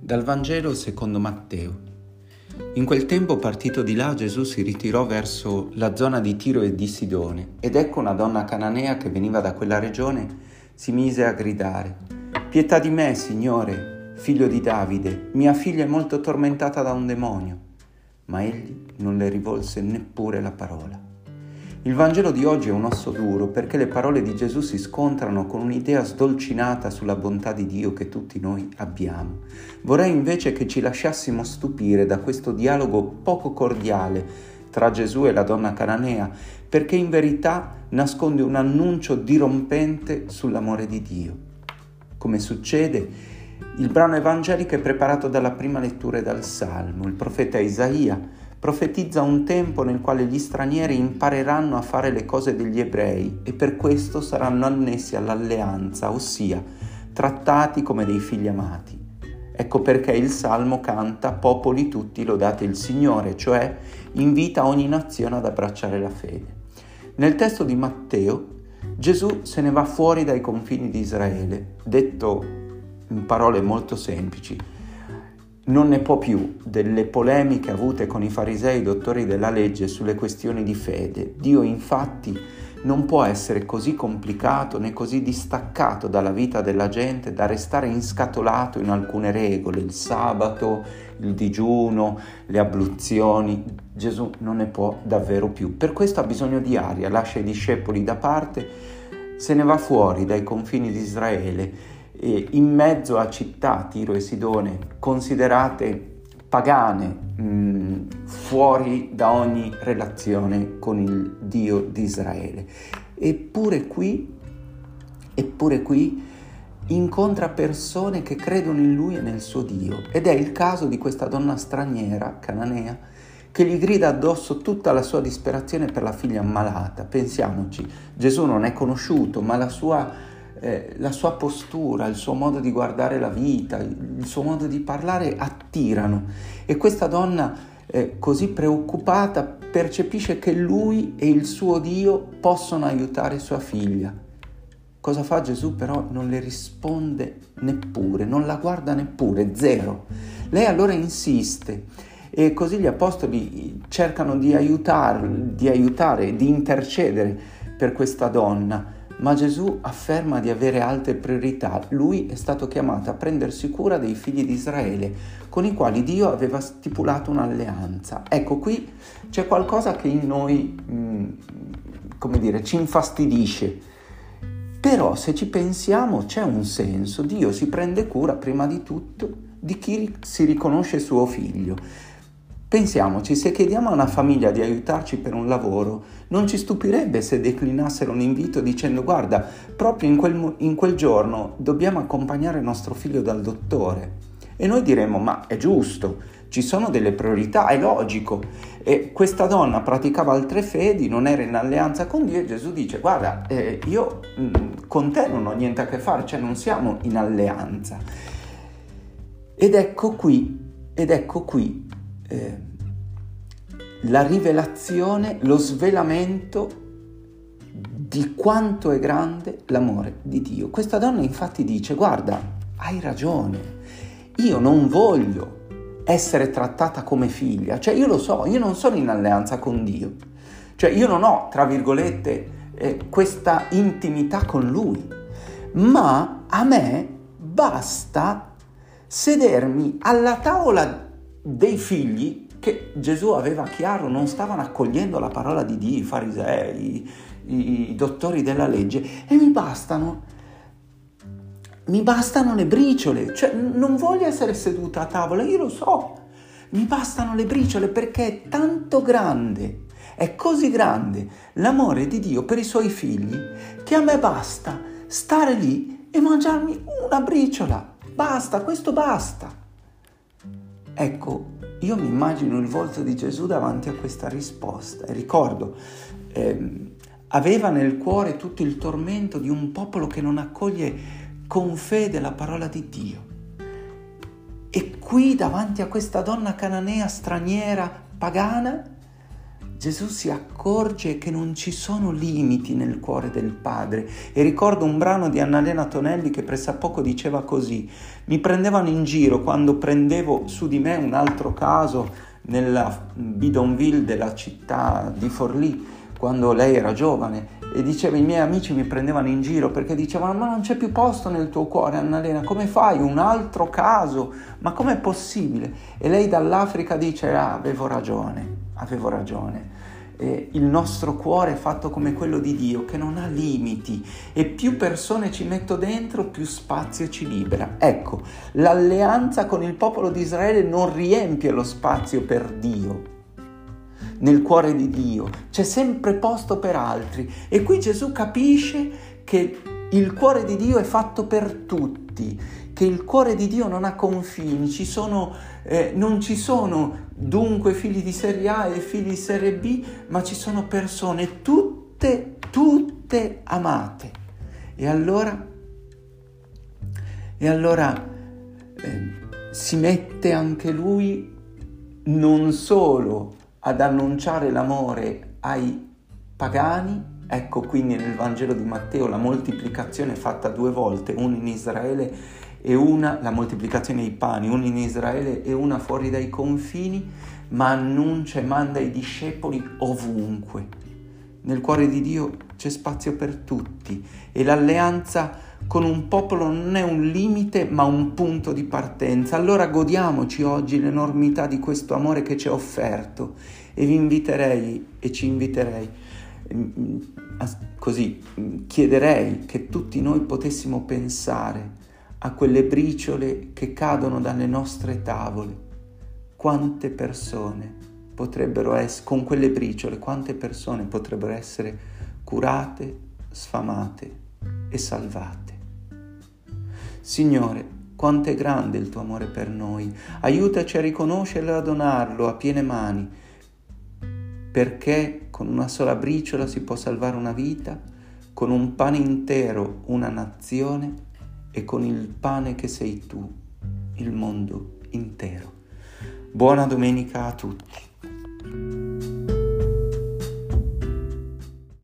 Dal Vangelo secondo Matteo. In quel tempo, partito di là, Gesù si ritirò verso la zona di Tiro e di Sidone, ed ecco una donna cananea che veniva da quella regione si mise a gridare: «Pietà di me, Signore, figlio di Davide, mia figlia è molto tormentata da un demonio». Ma egli non le rivolse neppure la parola. Il Vangelo di oggi è un osso duro perché le parole di Gesù si scontrano con un'idea sdolcinata sulla bontà di Dio che tutti noi abbiamo. Vorrei invece che ci lasciassimo stupire da questo dialogo poco cordiale tra Gesù e la donna cananea, perché in verità nasconde un annuncio dirompente sull'amore di Dio. Come succede, il brano evangelico è preparato dalla prima lettura e dal Salmo. Il profeta Isaia profetizza un tempo nel quale gli stranieri impareranno a fare le cose degli ebrei e per questo saranno annessi all'alleanza, ossia trattati come dei figli amati. Ecco perché il Salmo canta «Popoli tutti lodate il Signore», cioè invita ogni nazione ad abbracciare la fede. Nel testo di Matteo, Gesù se ne va fuori dai confini di Israele, detto in parole molto semplici. Non ne può più delle polemiche avute con i farisei, i dottori della legge, sulle questioni di fede. Dio infatti non può essere così complicato né così distaccato dalla vita della gente da restare inscatolato in alcune regole, il sabato, il digiuno, le abluzioni. Gesù non ne può davvero più. Per questo ha bisogno di aria, lascia i discepoli da parte, se ne va fuori dai confini di Israele, e in mezzo a città, Tiro e Sidone, considerate pagane, fuori da ogni relazione con il Dio di Israele. Eppure qui incontra persone che credono in Lui e nel suo Dio. Ed è il caso di questa donna straniera, cananea, che gli grida addosso tutta la sua disperazione per la figlia ammalata. Pensiamoci, Gesù non è conosciuto, ma la sua postura, il suo modo di guardare la vita, il suo modo di parlare attirano, e questa donna così preoccupata percepisce che lui e il suo Dio possono aiutare sua figlia. Cosa fa Gesù però? Non le risponde neppure, non la guarda neppure, zero. Lei allora insiste e così gli apostoli cercano di aiutare, di intercedere per questa donna. Ma Gesù afferma di avere altre priorità. Lui è stato chiamato a prendersi cura dei figli di Israele, con i quali Dio aveva stipulato un'alleanza. Ecco, qui c'è qualcosa che in noi, ci infastidisce. Però se ci pensiamo c'è un senso. Dio si prende cura prima di tutto di chi si riconosce suo figlio. Pensiamoci, se chiediamo a una famiglia di aiutarci per un lavoro, non ci stupirebbe se declinassero un invito dicendo: guarda, proprio in quel giorno dobbiamo accompagnare nostro figlio dal dottore. E noi diremmo: ma è giusto, ci sono delle priorità, è logico. E questa donna praticava altre fedi, non era in alleanza con Dio, e Gesù dice: guarda, io con te non ho niente a che fare, cioè non siamo in alleanza. Ed ecco qui la rivelazione, lo svelamento di quanto è grande l'amore di Dio. Questa donna infatti dice: guarda, hai ragione, io non voglio essere trattata come figlia, cioè io lo so, io non sono in alleanza con Dio, cioè io non ho, tra virgolette, questa intimità con Lui, ma a me basta sedermi alla tavola dei figli che Gesù aveva chiaro non stavano accogliendo la parola di Dio, i farisei, i dottori della legge, e mi bastano le briciole, cioè non voglio essere seduta a tavola, io lo so, mi bastano le briciole perché è tanto grande, è così grande l'amore di Dio per i suoi figli che a me basta stare lì e mangiarmi una briciola, basta, questo basta. Ecco, io mi immagino il volto di Gesù davanti a questa risposta e ricordo, aveva nel cuore tutto il tormento di un popolo che non accoglie con fede la parola di Dio. E qui davanti a questa donna cananea, straniera, pagana, Gesù si accorge che non ci sono limiti nel cuore del Padre. E ricordo un brano di Annalena Tonelli che pressappoco diceva così: mi prendevano in giro quando prendevo su di me un altro caso nella bidonville della città di Forlì, quando lei era giovane, e diceva, i miei amici mi prendevano in giro perché dicevano, ma non c'è più posto nel tuo cuore, Annalena, come fai? Un altro caso? Ma com'è possibile? E lei dall'Africa dice, avevo ragione. Il nostro cuore è fatto come quello di Dio, che non ha limiti, e più persone ci metto dentro, più spazio ci libera. Ecco, l'alleanza con il popolo di Israele non riempie lo spazio per Dio. Nel cuore di Dio c'è sempre posto per altri, e qui Gesù capisce che il cuore di Dio è fatto per tutti, che il cuore di Dio non ha confini, non ci sono dunque figli di serie A e figli di serie B, ma ci sono persone tutte amate. E allora si mette anche lui non solo ad annunciare l'amore ai pagani. Ecco quindi nel Vangelo di Matteo la moltiplicazione fatta 2 volte, una in Israele e la moltiplicazione dei pani, una in Israele e una fuori dai confini, ma annuncia e manda i discepoli ovunque. Nel cuore di Dio c'è spazio per tutti, e l'alleanza con un popolo non è un limite ma un punto di partenza. Allora godiamoci oggi l'enormità di questo amore che ci è offerto, e vi inviterei e ci inviterei così, chiederei che tutti noi potessimo pensare a quelle briciole che cadono dalle nostre tavole. Quante persone potrebbero essere, con quelle briciole, quante persone potrebbero essere curate, sfamate e salvate. Signore, quanto è grande il tuo amore per noi. Aiutaci a riconoscerlo e a donarlo a piene mani, perché con una sola briciola si può salvare una vita, con un pane intero una nazione, e con il pane che sei tu, il mondo intero. Buona domenica a tutti.